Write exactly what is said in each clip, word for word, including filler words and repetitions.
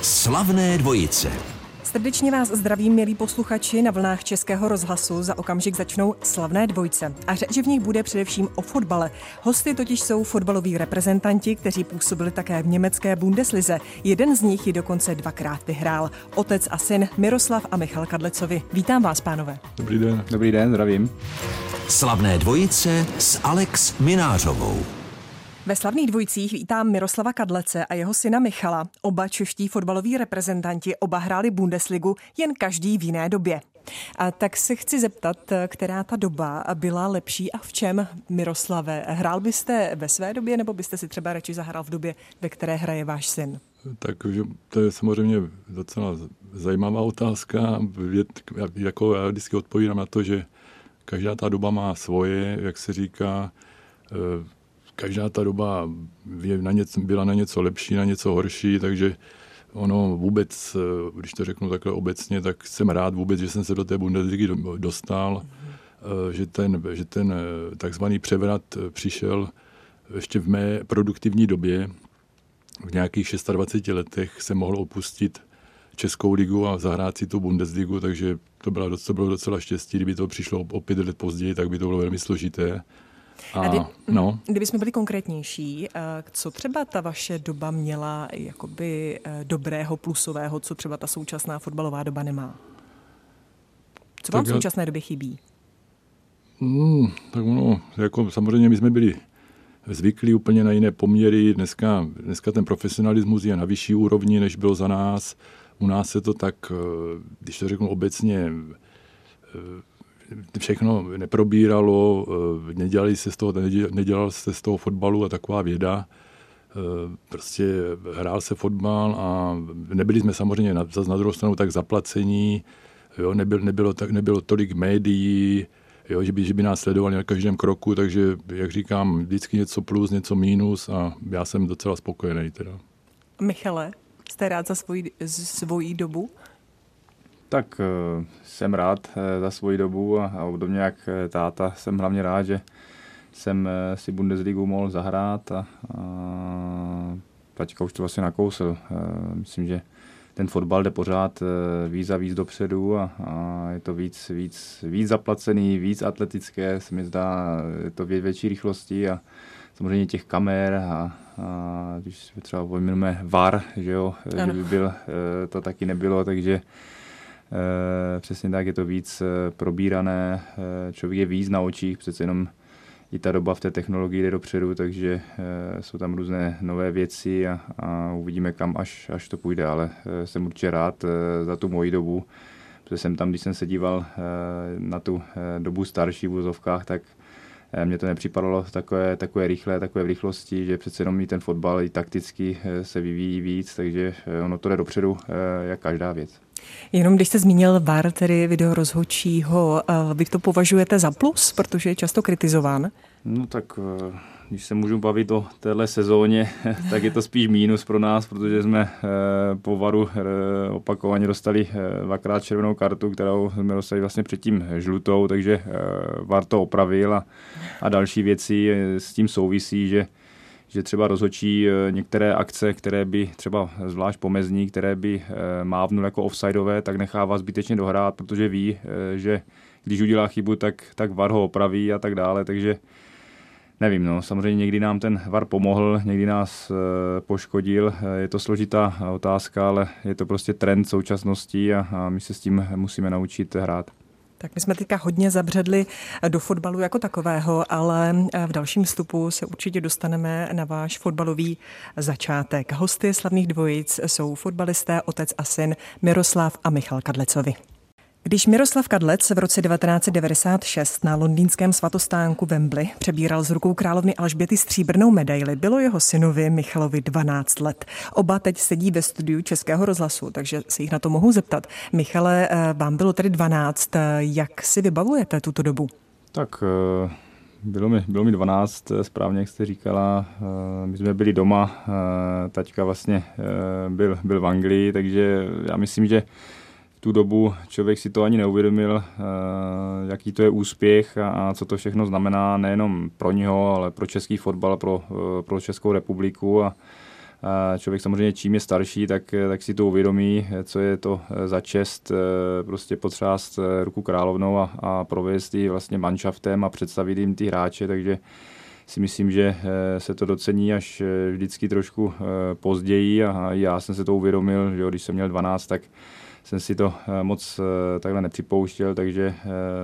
Slavné dvojice. Srdečně vás zdravím, milí posluchači, na vlnách Českého rozhlasu. Za okamžik začnou Slavné dvojice. A řeč v nich bude především o fotbale. Hosty totiž jsou fotbaloví reprezentanti, kteří působili také v německé Bundeslize. Jeden z nich ji dokonce dvakrát vyhrál. Otec a syn Miroslav a Michal Kadlecovi. Vítám vás, pánové. Dobrý den. Dobrý den, zdravím. Slavné dvojice s Alex Minářovou. Ve Slavných dvojicích vítám Miroslava Kadlece a jeho syna Michala. Oba čeští fotbaloví reprezentanti, oba hráli Bundesligu, jen každý v jiné době. A tak se chci zeptat, která ta doba byla lepší a v čem, Miroslave? Hrál byste ve své době, nebo byste si třeba radši zahrál v době, ve které hraje váš syn? Takže to je samozřejmě docela zajímavá otázka. Jako já vždycky odpovídám na to, že každá ta doba má svoje, jak se říká. Každá ta doba je na něco, byla na něco lepší, na něco horší, takže ono vůbec, když to řeknu takhle obecně, tak jsem rád vůbec, že jsem se do té Bundesligy dostal, mm. že ten, že ten takzvaný převrat přišel ještě v mé produktivní době. V nějakých dvaceti šesti letech jsem mohl opustit Českou ligu a zahrát si tu Bundesligu, takže to bylo, to bylo docela štěstí. Kdyby to přišlo o pět let později, tak by to bylo velmi složité. A, a kdy, no. Kdybychom byli konkrétnější, co třeba ta vaše doba měla jakoby dobrého, plusového, co třeba ta současná fotbalová doba nemá? Co vám v současné době chybí? Hmm, tak ono, jako samozřejmě my jsme byli zvyklí úplně na jiné poměry. Dneska, dneska ten profesionalismus je na vyšší úrovni, než bylo za nás. U nás se to tak, když to řeknu obecně, všechno neprobíralo, nedělali se z toho, nedělal se z toho fotbalu a taková věda. Prostě hrál se fotbal a nebyli jsme samozřejmě na, na druhou stranu tak zaplacení, jo, nebyl, nebylo, tak, nebylo tolik médií, jo, že, by, že by nás sledovali na každém kroku, takže, jak říkám, vždycky něco plus, něco mínus a já jsem docela spokojený teda. Michale, jste rád za svoji, svoji dobu? Tak jsem rád za svoji dobu a, a obdobně jak táta jsem hlavně rád, že jsem si Bundesligu mohl zahrát a, a taťka už to vlastně nakousil. Myslím, že ten fotbal jde pořád víc a víc dopředu a, a je to víc, víc, víc zaplacený, víc atletické, se mi zdá, je to větší rychlosti a samozřejmě těch kamer a, a když třeba pojmenujeme V A R, že jo, že by byl, to taky nebylo, takže E, přesně tak, je to víc e, probírané, e, člověk je víc na očích, přece jenom i ta doba v té technologii jde dopředu, takže e, jsou tam různé nové věci a, a uvidíme kam, až, až to půjde, ale e, jsem určitě rád e, za tu moji dobu, protože jsem tam, když jsem se díval e, na tu e, dobu starší v vozovkách, tak e, mně to nepřipadalo takové, takové rychlé, takové v rychlosti, že přece jenom i ten fotbal i takticky e, se vyvíjí víc, takže e, ono to jde dopředu e, jak každá věc. Jenom když jste zmínil V A R, tedy video rozhodčího, vy to považujete za plus, protože je často kritizován? No tak, když se můžu bavit o téhle sezóně, tak je to spíš mínus pro nás, protože jsme po V A R opakovaně dostali dvakrát červenou kartu, kterou jsme dostali vlastně předtím žlutou, takže V A R to opravil a, a další věci s tím souvisí, že že třeba rozhodčí některé akce, které by třeba zvlášť pomezní, které by mávnul jako offsideové, tak nechává zbytečně dohrát, protože ví, že když udělá chybu, tak, tak V A R ho opraví a tak dále, takže nevím, no, samozřejmě někdy nám ten V A R pomohl, někdy nás poškodil, je to složitá otázka, ale je to prostě trend současnosti a, a my se s tím musíme naučit hrát. Tak my jsme teďka hodně zabředli do fotbalu jako takového, ale v dalším vstupu se určitě dostaneme na váš fotbalový začátek. Hosty Slavných dvojic jsou fotbalisté, otec a syn Miroslav a Michal Kadlecovi. Když Miroslav Kadlec v roce devatenáct set devadesát šest na londýnském svatostánku Wembley přebíral z rukou královny Alžběty stříbrnou medaili, bylo jeho synovi Michalovi dvanáct let. Oba teď sedí ve studiu Českého rozhlasu, takže se jich na to mohu zeptat. Michale, vám bylo tedy dvanáct, jak si vybavujete tuto dobu? Tak bylo mi, bylo mi dvanáct, správně jak jste říkala, my jsme byli doma, taťka vlastně byl, byl v Anglii, takže já myslím, že tu dobu člověk si to ani neuvědomil, jaký to je úspěch a co to všechno znamená nejenom pro něho, ale pro český fotbal, pro, pro Českou republiku a člověk samozřejmě čím je starší, tak, tak si to uvědomí, co je to za čest prostě potřást ruku královnou a, a provést ji vlastně manšaftem a představit jim ty hráče, takže si myslím, že se to docení až vždycky trošku později a já jsem se to uvědomil, že když jsem měl dvanáct, tak jsem si to moc takhle nepřipouštěl, takže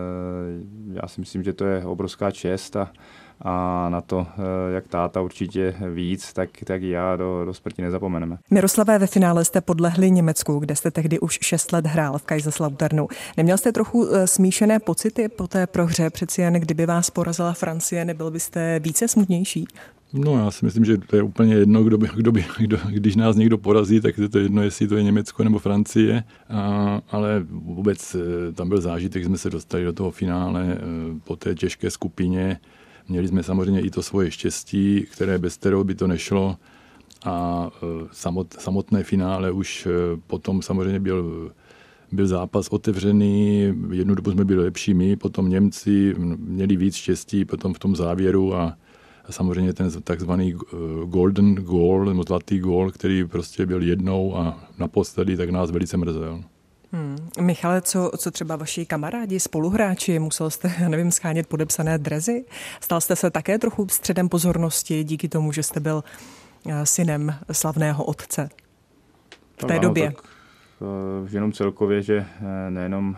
já si myslím, že to je obrovská čest a, a na to, jak táta určitě víc, tak, tak já do, do smrti nezapomeneme. Miroslave, ve finále jste podlehli Německu, kde jste tehdy už šest let hrál v Kaiserslauternu. Neměl jste trochu smíšené pocity po té prohře? Přeci jen kdyby vás porazila Francie, nebyl byste více smutnější? No, já si myslím, že to je úplně jedno, kdo by, kdo by, kdo, když nás někdo porazí, tak je to jedno, jestli to je Německo nebo Francie, a, ale vůbec tam byl zážitek, jsme se dostali do toho finále po té těžké skupině. Měli jsme samozřejmě i to svoje štěstí, které bez kterého by to nešlo, a samot, samotné finále už potom samozřejmě byl, byl zápas otevřený, jednu dobu jsme byli lepší my, potom Němci měli víc štěstí potom v tom závěru a A samozřejmě ten takzvaný golden goal, nebo zlatý gól, který prostě byl jednou a naposledy, tak nás velice mrzel. Hmm. Michale, co, co třeba vaši kamarádi, spoluhráči, musel jste, já nevím, schánět podepsané drezy? Stal jste se také trochu středem pozornosti díky tomu, že jste byl synem slavného otce v té tak, době? Ano, tak, jenom celkově, že nejenom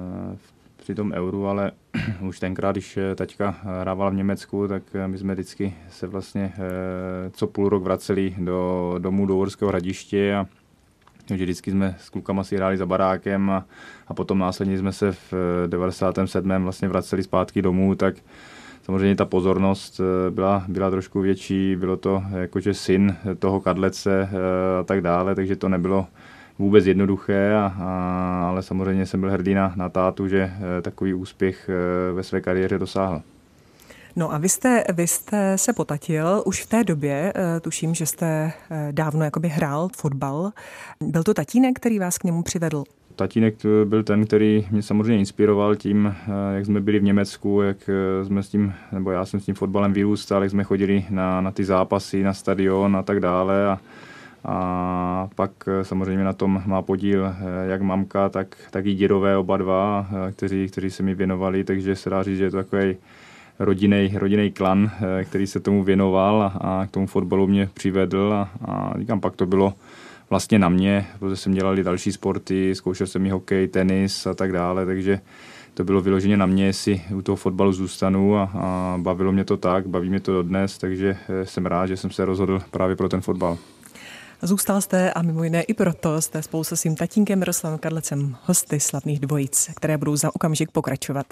při tom euru, ale už tenkrát, když taťka hrával v Německu, tak my jsme vždycky se vlastně co půl rok vraceli do domů do Uherského Hradiště a takže vždycky jsme s klukama si hráli za barákem a, a potom následně jsme se v devadesátém sedmém vlastně vraceli zpátky domů, tak samozřejmě ta pozornost byla, byla trošku větší, bylo to jakože syn toho Kadlece a tak dále, takže to nebylo vůbec jednoduché, a, a, ale samozřejmě jsem byl hrdý na, na tátu, že takový úspěch ve své kariéře dosáhl. No a vy jste, vy jste se potatil už v té době, tuším, že jste dávno jakoby hrál fotbal. Byl to tatínek, který vás k němu přivedl? Tatínek byl ten, který mě samozřejmě inspiroval tím, jak jsme byli v Německu, jak jsme s tím, nebo já jsem s tím fotbalem vyrůstal, jak jsme chodili na, na ty zápasy, na stadion a tak dále. A, a pak samozřejmě na tom má podíl jak mamka, tak, tak i dědové oba dva, kteří, kteří se mi věnovali, takže se dá říct, že je to takový rodinný, rodinný klan, který se tomu věnoval a, a k tomu fotbalu mě přivedl a, a říkám, pak to bylo vlastně na mě, protože jsem dělal i další sporty, zkoušel jsem i hokej, tenis a tak dále, takže to bylo vyloženě na mě, jestli u toho fotbalu zůstanu a, a bavilo mě to tak, baví mě to dodnes, takže jsem rád, že jsem se rozhodl právě pro ten fotbal. Zůstal jste a mimo jiné i proto jste spolu se svým tatínkem Miroslavem Kadlecem hosty slavných dvojic, které budou za okamžik pokračovat.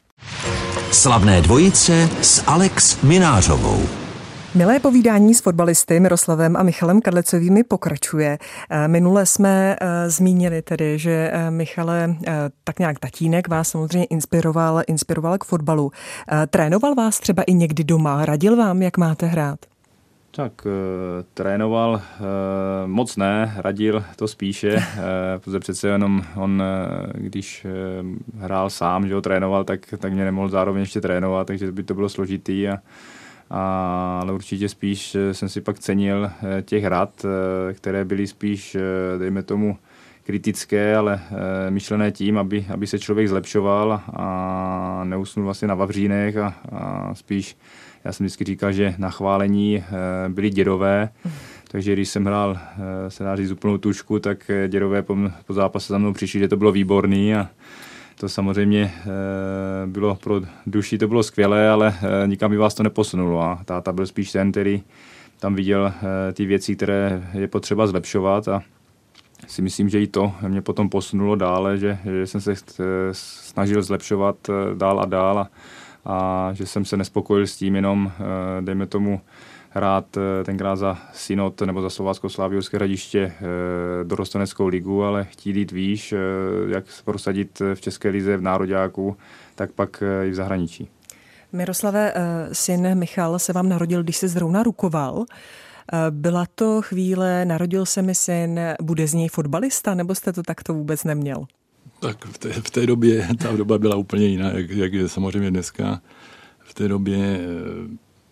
Slavné dvojice s Alex Minářovou. Milé povídání s fotbalisty Miroslavem a Michalem Kadlecovými pokračuje. Minule jsme zmínili tedy, že Michale, tak nějak tatínek vás samozřejmě inspiroval, inspiroval k fotbalu. Trénoval vás třeba i někdy doma? Radil vám, jak máte hrát? Tak trénoval moc ne, radil to spíše, protože přece jenom on, když hrál sám, že ho trénoval, tak, tak mě nemohl zároveň ještě trénovat, takže by to bylo složitý. A, a, ale určitě spíš jsem si pak cenil těch rad, které byly spíš, dejme tomu, kritické, ale myšlené tím, aby, aby se člověk zlepšoval a neusnul vlastně na vavřínech a, a spíš, já jsem vždycky říkal, že na chválení byli dědové, takže když jsem hrál, se dá říct, úplnou tušku, tak dědové po, po zápase za mnou přišli, že to bylo výborný a to samozřejmě bylo pro duši, to bylo skvělé, ale nikam by vás to neposunulo a táta byl spíš ten, který tam viděl ty věci, které je potřeba zlepšovat a si myslím, že i to mě potom posunulo dále, že, že jsem se snažil zlepšovat dál a dál a, a že jsem se nespokojil s tím jenom, dejme tomu, hrát tenkrát za Synod nebo za Slovácko Slavii Uherské Hradiště dorosteneckou ligu, ale chtít jít výš, jak prosadit v České lize v nároďáku, tak pak i v zahraničí. Miroslave, syn Michal se vám narodil, když se zrovna rukoval. Byla to chvíle, narodil se mi syn, bude z něj fotbalista, nebo jste to takto vůbec neměl? Tak v té, v té době ta doba byla úplně jiná, jak, jak je samozřejmě dneska. V té době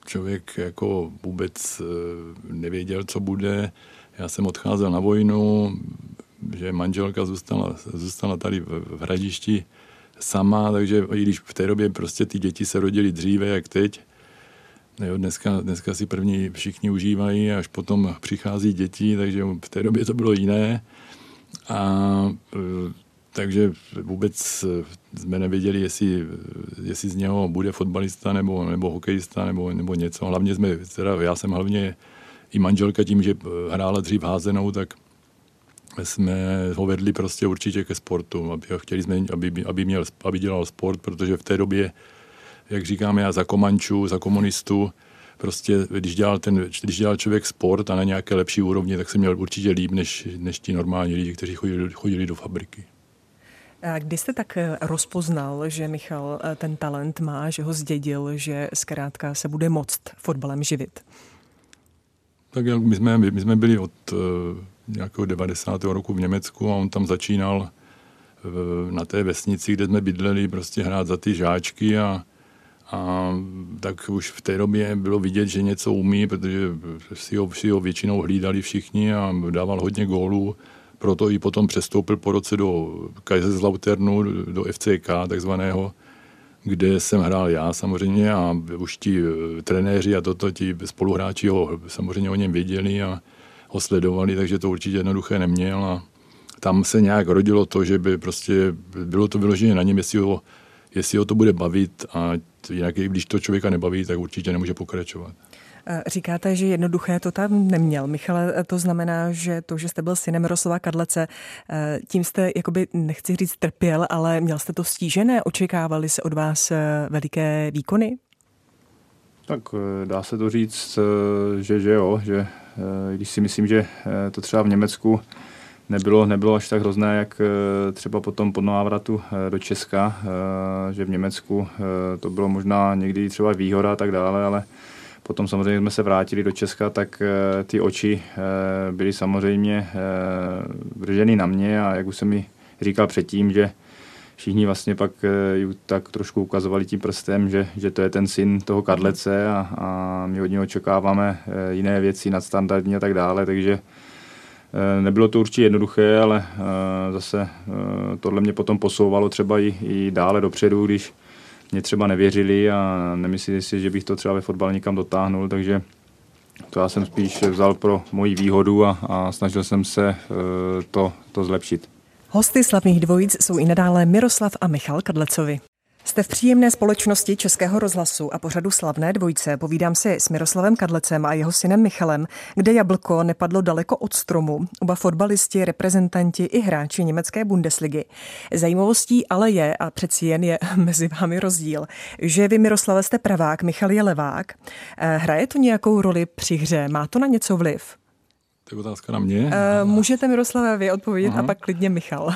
člověk jako vůbec nevěděl, co bude. Já jsem odcházel na vojnu, že manželka zůstala, zůstala tady v, v Hradišti sama, takže i když v té době prostě ty děti se rodily dříve, jak teď, jo, dneska, dneska si první všichni užívají, až potom přichází děti, takže v té době to bylo jiné. A takže vůbec jsme nevěděli, jestli, jestli z něho bude fotbalista nebo, nebo hokejista nebo, nebo něco. Hlavně jsme, teda já jsem hlavně i manželka tím, že hrála dřív házenou, tak jsme ho vedli prostě určitě ke sportu. Aby, chtěli jsme, aby, aby, měl, aby dělal sport, protože v té době, jak říkám já, za komančů, za komunistů, prostě když dělal, ten, když dělal člověk sport a na nějaké lepší úrovni, tak se měl určitě líp než, než ti normální lidi, kteří chodili, chodili do fabriky. A kdy jste tak rozpoznal, že Michal ten talent má, že ho zdědil, že zkrátka se bude moct fotbalem živit? Tak my jsme, my jsme byli od uh, nějakého devadesátého roku v Německu a on tam začínal uh, na té vesnici, kde jsme bydleli, prostě hrát za ty žáčky a, a tak už v té době bylo vidět, že něco umí, protože si ho, si ho většinou hlídali všichni a dával hodně gólů. Proto i potom přestoupil po roce do Kaiserslauternu, do F C K takzvaného, kde jsem hrál já samozřejmě a už ti trenéři a toto, ti spoluhráči ho samozřejmě o něm věděli a ho sledovali, takže to určitě jednoduché neměl a tam se nějak rodilo to, že by prostě bylo to vyloženě na něm, jestli ho, jestli ho to bude bavit a jinak, když to člověka nebaví, tak určitě nemůže pokračovat. Říkáte, že jednoduché to tam neměl. Michale, to znamená, že to, že jste byl synem Miroslava Kadlece, tím jste, jakoby, nechci říct trpěl, ale měl jste to stížené? Očekávali se od vás veliké výkony? Tak dá se to říct, že, že jo, že když si myslím, že to třeba v Německu nebylo, nebylo až tak hrozné, jak třeba potom po návratu do Česka, že v Německu to bylo možná někdy třeba výhoda a tak dále, ale potom samozřejmě jsme se vrátili do Česka, tak ty oči byly samozřejmě vrženy na mě a jak už jsem mi říkal předtím, že všichni vlastně pak tak trošku ukazovali tím prstem, že, že to je ten syn toho Kadlece a, a my od něho očekáváme jiné věci nadstandardní a tak dále, takže nebylo to určitě jednoduché, ale zase tohle mě potom posouvalo třeba i, i dále dopředu, když mě třeba nevěřili a nemysleli si, že bych to třeba ve fotbale někam dotáhnul, takže to já jsem spíš vzal pro moji výhodu a, a snažil jsem se to, to zlepšit. Hosty slavných dvojic jsou i nadále Miroslav a Michal Kadlecovi. Jste v příjemné společnosti Českého rozhlasu a pořadu Slavné dvojice povídám si s Miroslavem Kadlecem a jeho synem Michalem, kde jablko nepadlo daleko od stromu. Oba fotbalisti, reprezentanti i hráči německé Bundesligy. Zajímavostí ale je, a přeci jen je mezi vámi rozdíl, že vy, Miroslave, jste pravák, Michal je levák. Hraje to nějakou roli při hře? Má to na něco vliv? To je otázka na mě. Uh, můžete, Miroslave, vy odpovědět Aha. a pak klidně Michal.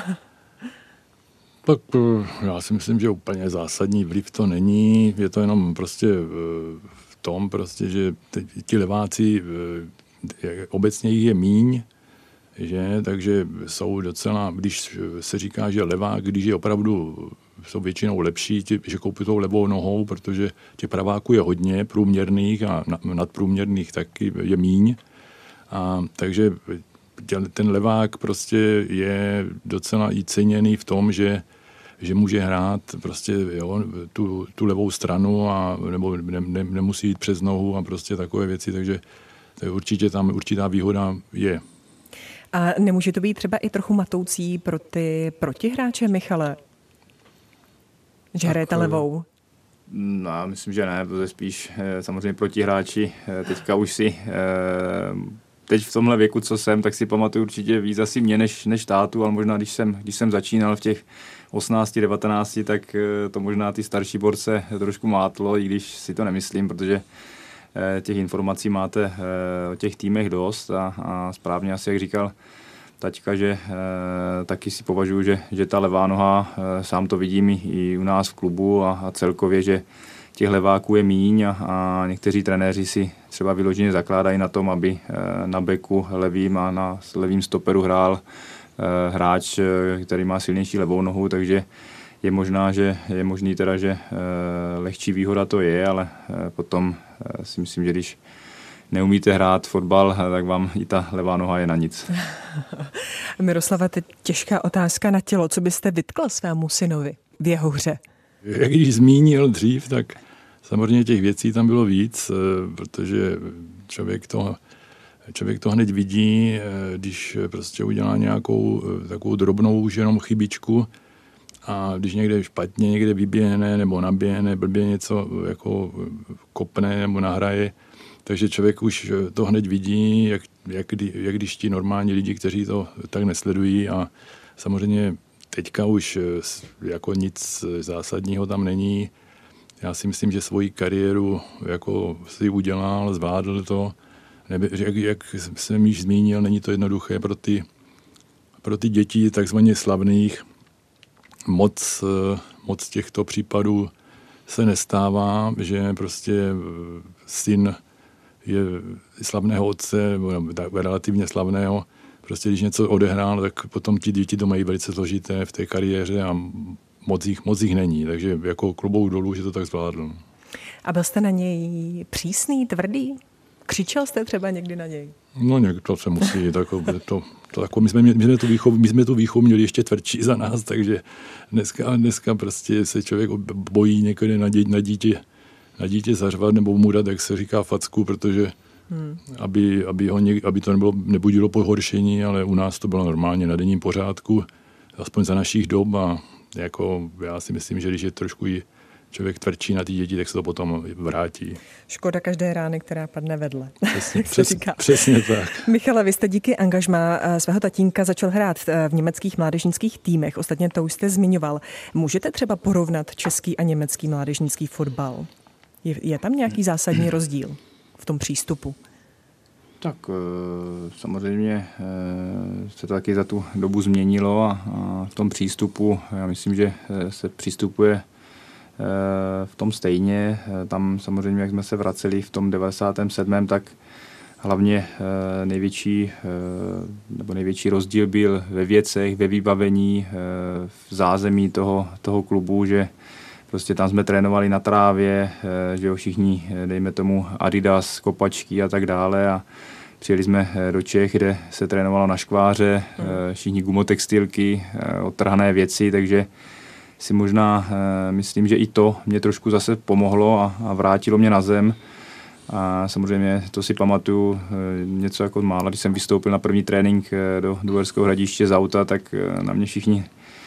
Tak já si myslím, že úplně zásadní vliv to není. Je to jenom prostě v tom, prostě, že ti leváci, obecně jich je míň, že? Takže jsou docela, když se říká, že levák, když je opravdu, jsou většinou lepší, že koupí tou levou nohou, protože těch praváků je hodně, průměrných a nadprůměrných taky je míň. A takže ten levák prostě je docela i ceněný v tom, že, že může hrát prostě jo, tu, tu levou stranu a nebo ne, ne, nemusí jít přes nohu a prostě takové věci, takže to určitě tam určitá výhoda je. A nemůže to být třeba i trochu matoucí pro ty protihráče, Michale? Že tak, hrajete levou? No, myslím, že ne, protože spíš samozřejmě protihráči teďka už si teď v tomhle věku, co jsem, tak si pamatuju určitě víc asi mě než, než tátu, ale možná když jsem, když jsem začínal v těch osmnáct devatenáct, tak to možná ty starší borce trošku mátlo, i když si to nemyslím, protože těch informací máte o těch týmech dost a, a správně asi, jak říkal taťka, že taky si považuji, že, že ta levá noha, sám to vidím i u nás v klubu a, a celkově, že těch leváků je míň a, a někteří trenéři si třeba vyloženě zakládají na tom, aby na beku levým a na levým stoperu hrál hráč, který má silnější levou nohu, takže je možná, že je možný teda, že lehčí výhoda to je, ale potom si myslím, že když neumíte hrát fotbal, tak vám i ta levá noha je na nic. Miroslava, teď těžká otázka na tělo. Co byste vytkla svému synovi v jeho hře? Jak když zmínil dřív, tak samozřejmě těch věcí tam bylo víc, protože člověk to, člověk to hned vidí, když prostě udělá nějakou takovou drobnou už jenom chybičku a když někde špatně, někde vyběhne nebo naběhne, blbě něco jako kopne nebo nahraje, takže člověk už to hned vidí, jak, jak, jak když ti normální lidi, kteří to tak nesledují a samozřejmě teďka už jako nic zásadního tam není. Já si myslím, že svoji kariéru jako si udělal, zvládl to. Neby, jak, jak jsem již zmínil, není to jednoduché pro ty, pro ty děti takzvaně slavných. Moc, moc těchto případů se nestává, že prostě syn je slavného otce, relativně slavného. Prostě když něco odehrál, tak potom ti děti to mají velice složité v té kariéře a moc jich, moc jich není. Takže jako klobouk dolů, že to tak zvládl. A byl jste na něj přísný, tvrdý? Křičel jste třeba někdy na něj? No někdo to se musí. Tak, to, to, jako my, jsme, my, jsme tu výchov, my jsme tu výchovu měli ještě tvrdší za nás, takže dneska, dneska prostě se člověk bojí někde na, dě, na dítě na dítě zařvat nebo mu dát, jak se říká, facku, protože hmm. aby, aby, ho něk, aby to nebylo, nebudilo pohoršení, ale u nás to bylo normálně na denním pořádku, aspoň za našich dob a jako já si myslím, že když je trošku i člověk tvrdší na ty děti, tak se to potom vrátí. Škoda každé rány, která padne vedle. Přesně, přes, přesně tak. Michale, vy jste díky angažmá svého tatínka začal hrát v německých mládežnických týmech. Ostatně to už jste zmiňoval. Můžete třeba porovnat český a německý mládežnický fotbal? Je, je tam nějaký zásadní rozdíl v tom přístupu? Tak samozřejmě se to taky za tu dobu změnilo a v tom přístupu, já myslím, že se přistupuje v tom stejně. Tam samozřejmě, jak jsme se vraceli v tom devadesátém sedmém tak hlavně největší, nebo největší rozdíl byl ve věcech, ve vybavení, v zázemí toho, toho klubu, že prostě tam jsme trénovali na trávě, že jo, všichni, dejme tomu Adidas, kopačky a tak dále a přijeli jsme do Čech, kde se trénovalo na škváře, všichni gumotextilky, odtrhané věci, takže si možná myslím, že i to mě trošku zase pomohlo a, a vrátilo mě na zem. A samozřejmě to si pamatuju něco jako mála, když jsem vystoupil na první trénink do Důverského Hradiště z auta, tak na mě všichni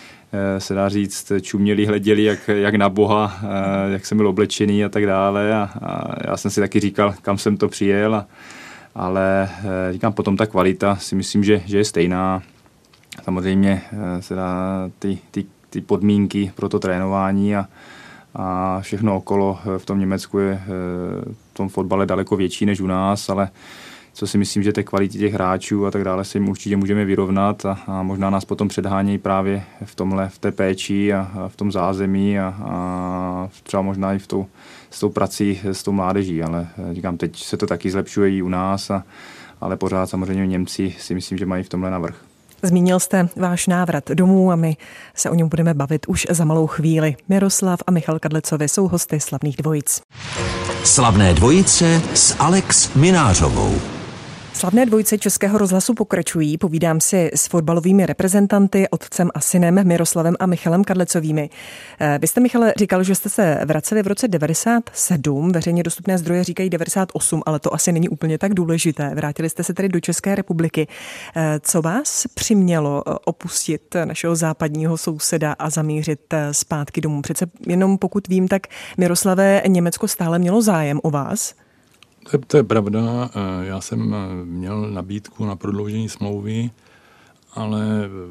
se dá říct, čuměli, hleděli jak, jak na Boha, jak jsem byl oblečený a tak dále. A, a já jsem si taky říkal, kam jsem to přijel. A, ale říkám, potom ta kvalita si myslím, že, že je stejná. Samozřejmě se dá ty, ty, ty podmínky pro to trénování a, a všechno okolo v tom Německu je v tom fotbale daleko větší než u nás, ale co si myslím, že té kvalitě těch hráčů a tak dále se jim určitě můžeme vyrovnat a, a možná nás potom předhánějí právě v tomhle, v té péči a, a v tom zázemí a, a třeba možná i v tou, s tou prací s tou mládeží, ale říkám, teď se to taky zlepšuje i u nás, a, ale pořád samozřejmě Němci si myslím, že mají v tomhle navrch. Zmínil jste váš návrat domů a my se o něm budeme bavit už za malou chvíli. Miroslav a Michal Kadlecovi jsou hosty Slavných dvojic. Slavné dvojice s Alex Minářovou. Slavné dvojice Českého rozhlasu pokračují. Povídám si s fotbalovými reprezentanty, otcem a synem Miroslavem a Michalem Kadlecovými. Vy jste, Michale, říkal, že jste se vraceli v roce devadesát sedm, veřejně dostupné zdroje říkají devadesát osm, ale to asi není úplně tak důležité. Vrátili jste se tedy do České republiky. Co vás přimělo opustit našeho západního souseda a zamířit zpátky domů? Přece jenom pokud vím, tak Miroslave, Německo stále mělo zájem o vás. To je, to je pravda. Já jsem měl nabídku na prodloužení smlouvy, ale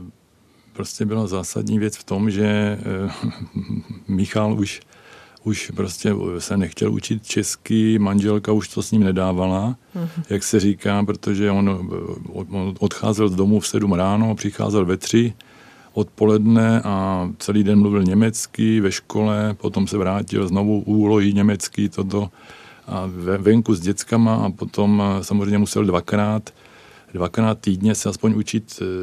prostě byla zásadní věc v tom, že Michal už, už prostě se nechtěl učit česky, manželka už to s ním nedávala, uh-huh. jak se říká, protože on, on odcházel z domu v sedm ráno, přicházel ve tři odpoledne a celý den mluvil německy ve škole, potom se vrátil znovu úlohy německy, toto a venku s dětskama a potom samozřejmě musel dvakrát, dvakrát týdně se aspoň učit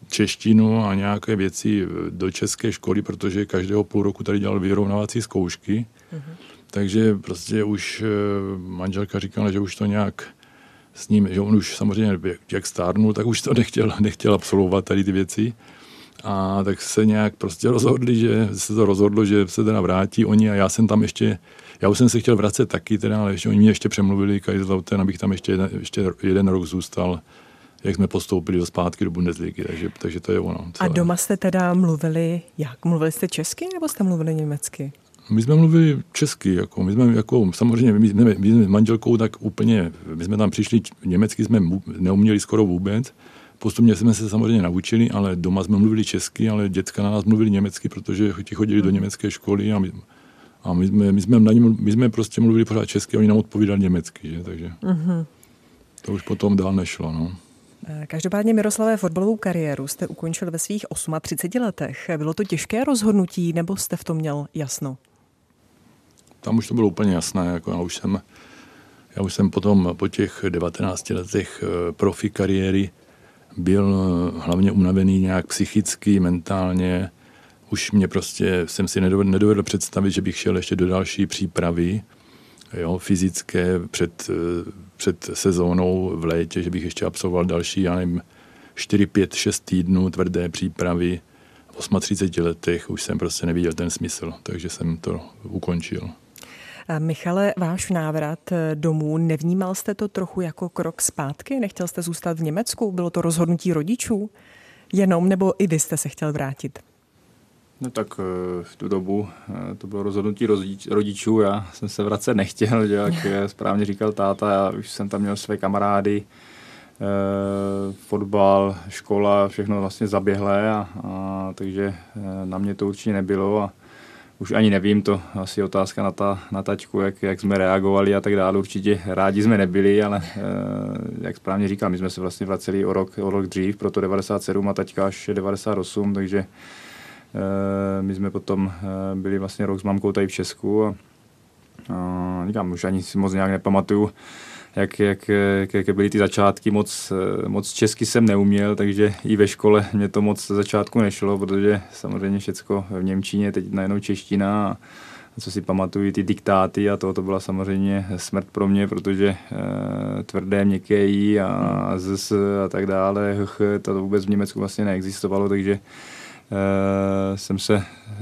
češtinu a nějaké věci do české školy, protože každého půl roku tady dělal vyrovnávací zkoušky. Mm-hmm. Takže prostě už manželka říkala, že už to nějak s ním, že on už samozřejmě, jak stárnul, tak už to nechtěl, nechtěl absolvovat tady ty věci. A tak se nějak prostě rozhodli, že se to rozhodlo, že se teda vrátí oni a já jsem tam ještě, já už jsem se chtěl vracet taky, teda, ale ještě, oni mě ještě přemluvili, Kaiserslautern, abych tam ještě jeden, ještě jeden rok zůstal, jak jsme postoupili do zpátky do Bundesligy, takže, takže to je ono. Celé. A doma jste teda mluvili, jak? Mluvili jste česky nebo jste mluvili německy? My jsme mluvili česky, jako, my jsme jako, samozřejmě, my jsme, my jsme s manželkou tak úplně, my jsme tam přišli, německy jsme neuměli skoro vůbec, postupně jsme se samozřejmě naučili, ale doma jsme mluvili česky, ale děcka na nás mluvili německy, protože ti chodili do německé školy a my, a my, jsme, my, jsme, na ně, my jsme prostě mluvili pořád česky a oni nám odpovídali německy, že? Takže mm-hmm. to už potom dál nešlo, no. Každopádně, Miroslave, fotbalovou kariéru jste ukončil ve svých třiceti osmi letech. Bylo to těžké rozhodnutí, nebo jste v tom měl jasno? Tam už to bylo úplně jasné. Jako já, už jsem, já už jsem potom po těch devatenácti letech profi kariéry byl hlavně unavený nějak psychicky, mentálně. Už mě prostě jsem si nedovedl, nedovedl představit, že bych šel ještě do další přípravy, jo, fyzické před, před sezónou v létě, že bych ještě absolvoval další, já nevím, čtyři, pět, šest týdnů tvrdé přípravy. V třiceti osmi letech už jsem prostě neviděl ten smysl, takže jsem to ukončil. Michale, váš návrat domů, nevnímal jste to trochu jako krok zpátky? Nechtěl jste zůstat v Německu? Bylo to rozhodnutí rodičů? Jenom, nebo i vy jste se chtěl vrátit? No tak v tu dobu to bylo rozhodnutí rodičů, já jsem se vracet nechtěl, že jak správně říkal táta, já už jsem tam měl své kamarády, fotbal, škola, všechno vlastně zaběhlé, a, a, takže na mě to určitě nebylo a už ani nevím, to asi otázka na, ta, na tačku, jak, jak jsme reagovali a tak dále. Určitě rádi jsme nebyli, ale jak správně říkal, my jsme se vlastně vraceli o rok, o rok dřív, proto devadesát sedm a taťka až devadesát osm, takže my jsme potom byli vlastně rok s mamkou tady v Česku a, a říkám, už ani si moc nějak nepamatuju, jak, jak, jak byly ty začátky, moc, moc česky jsem neuměl, takže i ve škole mě to moc začátku nešlo, protože samozřejmě všecko v němčině, teď najednou čeština a co si pamatuju, ty diktáty a to, to byla samozřejmě smrt pro mě, protože e, tvrdé, měkké jí a z a tak dále, ch, to vůbec v Německu vlastně neexistovalo, takže Uh, jsem se, uh,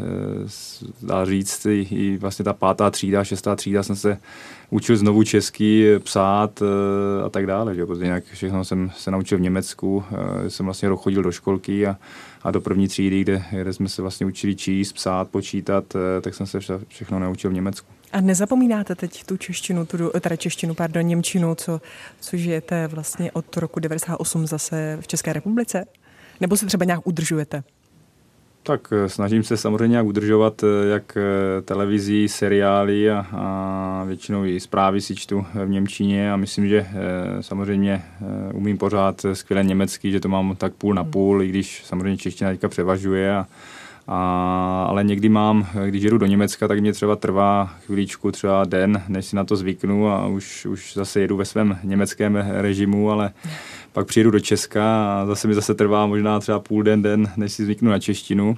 dá říct, i, i vlastně ta pátá třída, šestá třída jsem se učil znovu česky, psát uh, a tak dále, že? Protože nějak všechno jsem se naučil v Německu, uh, jsem vlastně chodil do školky a, a do první třídy, kde, kde jsme se vlastně učili číst, psát, počítat, uh, tak jsem se vše, všechno naučil v Německu. A nezapomínáte teď tu češtinu, tu, teda češtinu, pardon, němčinu, co, co žijete vlastně od roku devadesát osm zase v České republice? Nebo se třeba nějak udržujete? Tak snažím se samozřejmě nějak udržovat jak televizí, seriály a, a většinou i zprávy si čtu v němčině a myslím, že samozřejmě umím pořád skvěle německy, že to mám tak půl na půl, i když samozřejmě čeština teďka převažuje. A, a, ale někdy mám, když jedu do Německa, tak mě třeba trvá chvíličku, třeba den, než si na to zvyknu a už, už zase jedu ve svém německém režimu, ale pak přijedu do Česka a zase mi zase trvá možná třeba půl den, den, než si zvyknu na češtinu.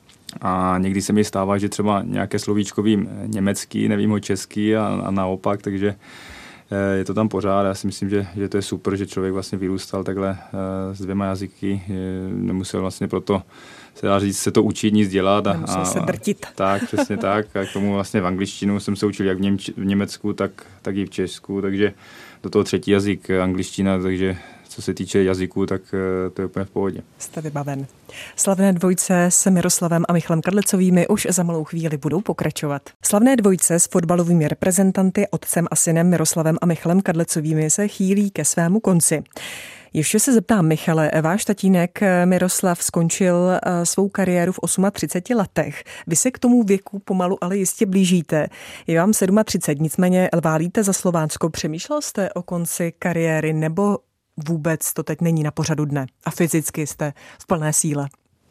A někdy se mi stává, že třeba nějaké slovíčko vím německy, nevím ho česky a, a naopak, takže je to tam pořád. Já si myslím, že, že to je super, že člověk vlastně vyrůstal takhle s dvěma jazyky. Nemusel vlastně proto se dá říct, se to učit, nic dělat. A, Nemusel se drtit. Tak, přesně tak. A k tomu vlastně v angličtinu jsem se učil jak v, Němč- v Německu, tak, tak i v Česku, takže do toho třetí jazyk angličtina, takže co se týče jazyků, tak to je úplně v pohodě. Jste vybaven. Slavné dvojce s Miroslavem a Michalem Kadlecovými už za malou chvíli budou pokračovat. Slavné dvojce s fotbalovými reprezentanty, otcem a synem Miroslavem a Michalem Kadlecovými se chýlí ke svému konci. Ještě se zeptám, Michale, váš tatínek Miroslav skončil svou kariéru v třiceti osmi letech. Vy se k tomu věku pomalu, ale jistě blížíte. Je vám třicet sedm, nicméně válíte za Slovácko. Přemýšlel jste o konci kariéry nebo vůbec to teď není na pořadu dne a fyzicky jste v plné síle?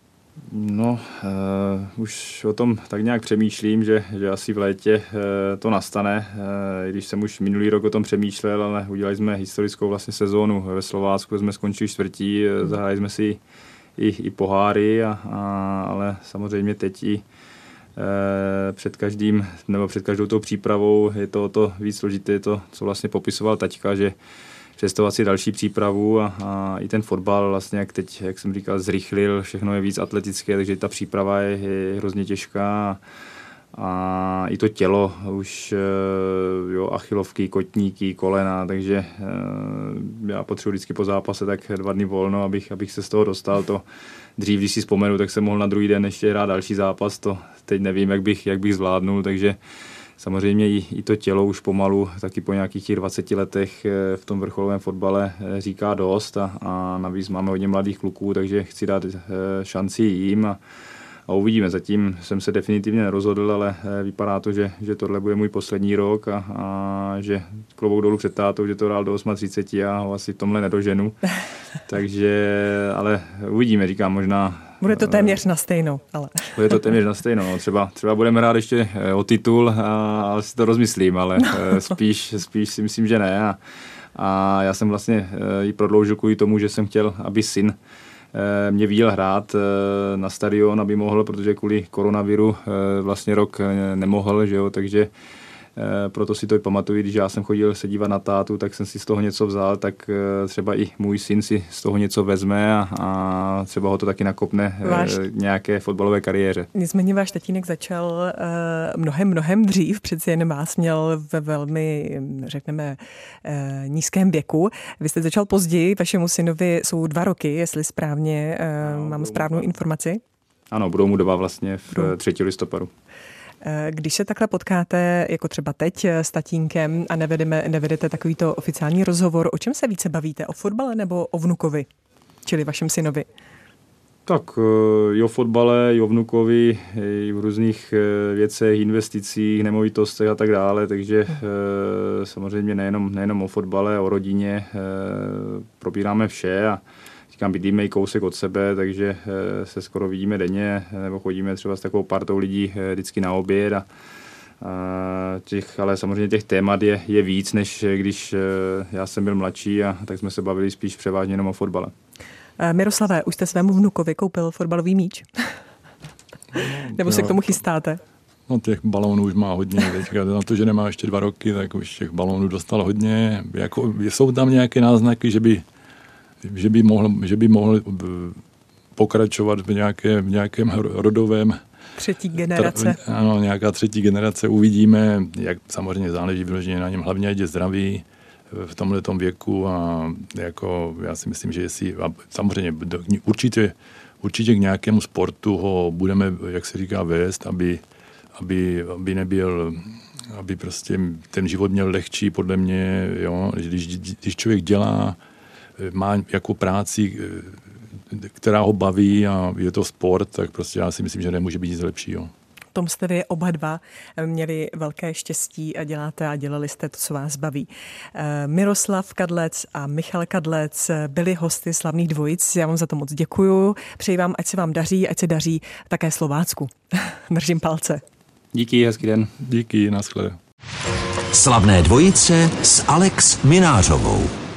No, uh, už o tom tak nějak přemýšlím, že, že asi v létě uh, to nastane, uh, když jsem už minulý rok o tom přemýšlel, ale udělali jsme historickou vlastně sezónu ve Slovácku, jsme skončili čtvrtí, uh, zahájili jsme si i, i poháry, a, a, ale samozřejmě teď i e, před každým, nebo před každou tou přípravou je to to víc složité, to, co vlastně popisoval taťka, že představovat si další přípravu a, a i ten fotbal vlastně, jak teď, jak jsem říkal, zrychlil, všechno je víc atletické, takže ta příprava je, je hrozně těžká. A i to tělo, už jo, achilovky, kotníky, kolena, takže já potřebuji vždycky po zápase tak dva dny volno, abych, abych se z toho dostal. To dřív, když si vzpomenu, tak jsem mohl na druhý den ještě hrát další zápas, to teď nevím, jak bych, jak bych zvládnul, takže samozřejmě i, i to tělo už pomalu, taky po nějakých těch dvaceti letech v tom vrcholovém fotbale říká dost a, a navíc máme hodně mladých kluků, takže chci dát šanci jim a A uvidíme, zatím jsem se definitivně nerozhodl, ale vypadá to, že, že tohle bude můj poslední rok a, a že klobouk dolů před tátou, že to hrál do třiceti osmi a ho asi v tomhle nedoženu. Takže, ale uvidíme, říkám, možná... Bude to téměř na stejno, ale... Bude to téměř na stejno, no. třeba, třeba budeme hrát ještě o titul a, a si to rozmyslím, ale spíš, spíš si myslím, že ne. A, a já jsem vlastně ji prodloužil kvůli tomu, že jsem chtěl, aby syn mě viděl hrát na stadion, aby mohl, protože kvůli koronaviru vlastně rok nemohl, že jo, takže proto si to i pamatuju, když já jsem chodil se dívat na tátu, tak jsem si z toho něco vzal, tak třeba i můj syn si z toho něco vezme a, a třeba ho to taky nakopne váš, nějaké fotbalové kariéře. Nicméně váš tatínek začal uh, mnohem, mnohem dřív, přeci jen vás měl ve velmi, řekneme, uh, nízkém věku. Vy jste začal později, vašemu synovi jsou dva roky, jestli správně uh, no, mám správnou informaci. Ano, budou mu dva vlastně v třetího listopadu. Když se takhle potkáte, jako třeba teď s tatínkem a nevedeme, nevedete takovýto oficiální rozhovor, o čem se více bavíte? O fotbale nebo o vnukovi, čili vašem synovi? Tak i o fotbale, i o vnukovi, i v různých věcech, investicích, nemovitostech a tak dále, takže hmm. samozřejmě nejenom, nejenom o fotbale, o rodině, probíráme vše a říkám, bydlíme i kousek od sebe, takže se skoro vidíme denně, nebo chodíme třeba s takovou partou lidí vždycky na oběd. A, a těch, ale samozřejmě těch témat je, je víc, než když já jsem byl mladší, a tak jsme se bavili spíš převážně jenom o fotbale. Miroslave, už jste svému vnukovi koupil fotbalový míč? No, nebo se k tomu chystáte? No, těch balónů už má hodně. Teďka na to, že nemá ještě dva roky, tak už těch balónů dostal hodně. Jako, jsou tam nějaké náznaky, že by že by mohl, že by mohl pokračovat v, nějaké, v nějakém rodovém... Třetí generace. Tra, ano, nějaká třetí generace. Uvidíme, jak samozřejmě záleží vyloženě na něm. Hlavně, ať je zdravý v tomhletom věku a jako já si myslím, že jestli... Samozřejmě určitě, určitě k nějakému sportu ho budeme, jak se říká, vést, aby, aby, aby nebyl... aby prostě ten život měl lehčí, podle mě, jo. Když, když člověk dělá má jako práci, která ho baví a je to sport, tak prostě já si myslím, že nemůže být nic lepšího. V tom jste vy oba dva měli velké štěstí a děláte a dělali jste to, co vás baví. Miroslav Kadlec a Michal Kadlec byli hosty Slavných dvojic. Já vám za to moc děkuju. Přeji vám, ať se vám daří, ať se daří také Slovácku. Držím palce. Díky, hezký den. Díky, naschle. Slavné dvojice s Alex Minářovou.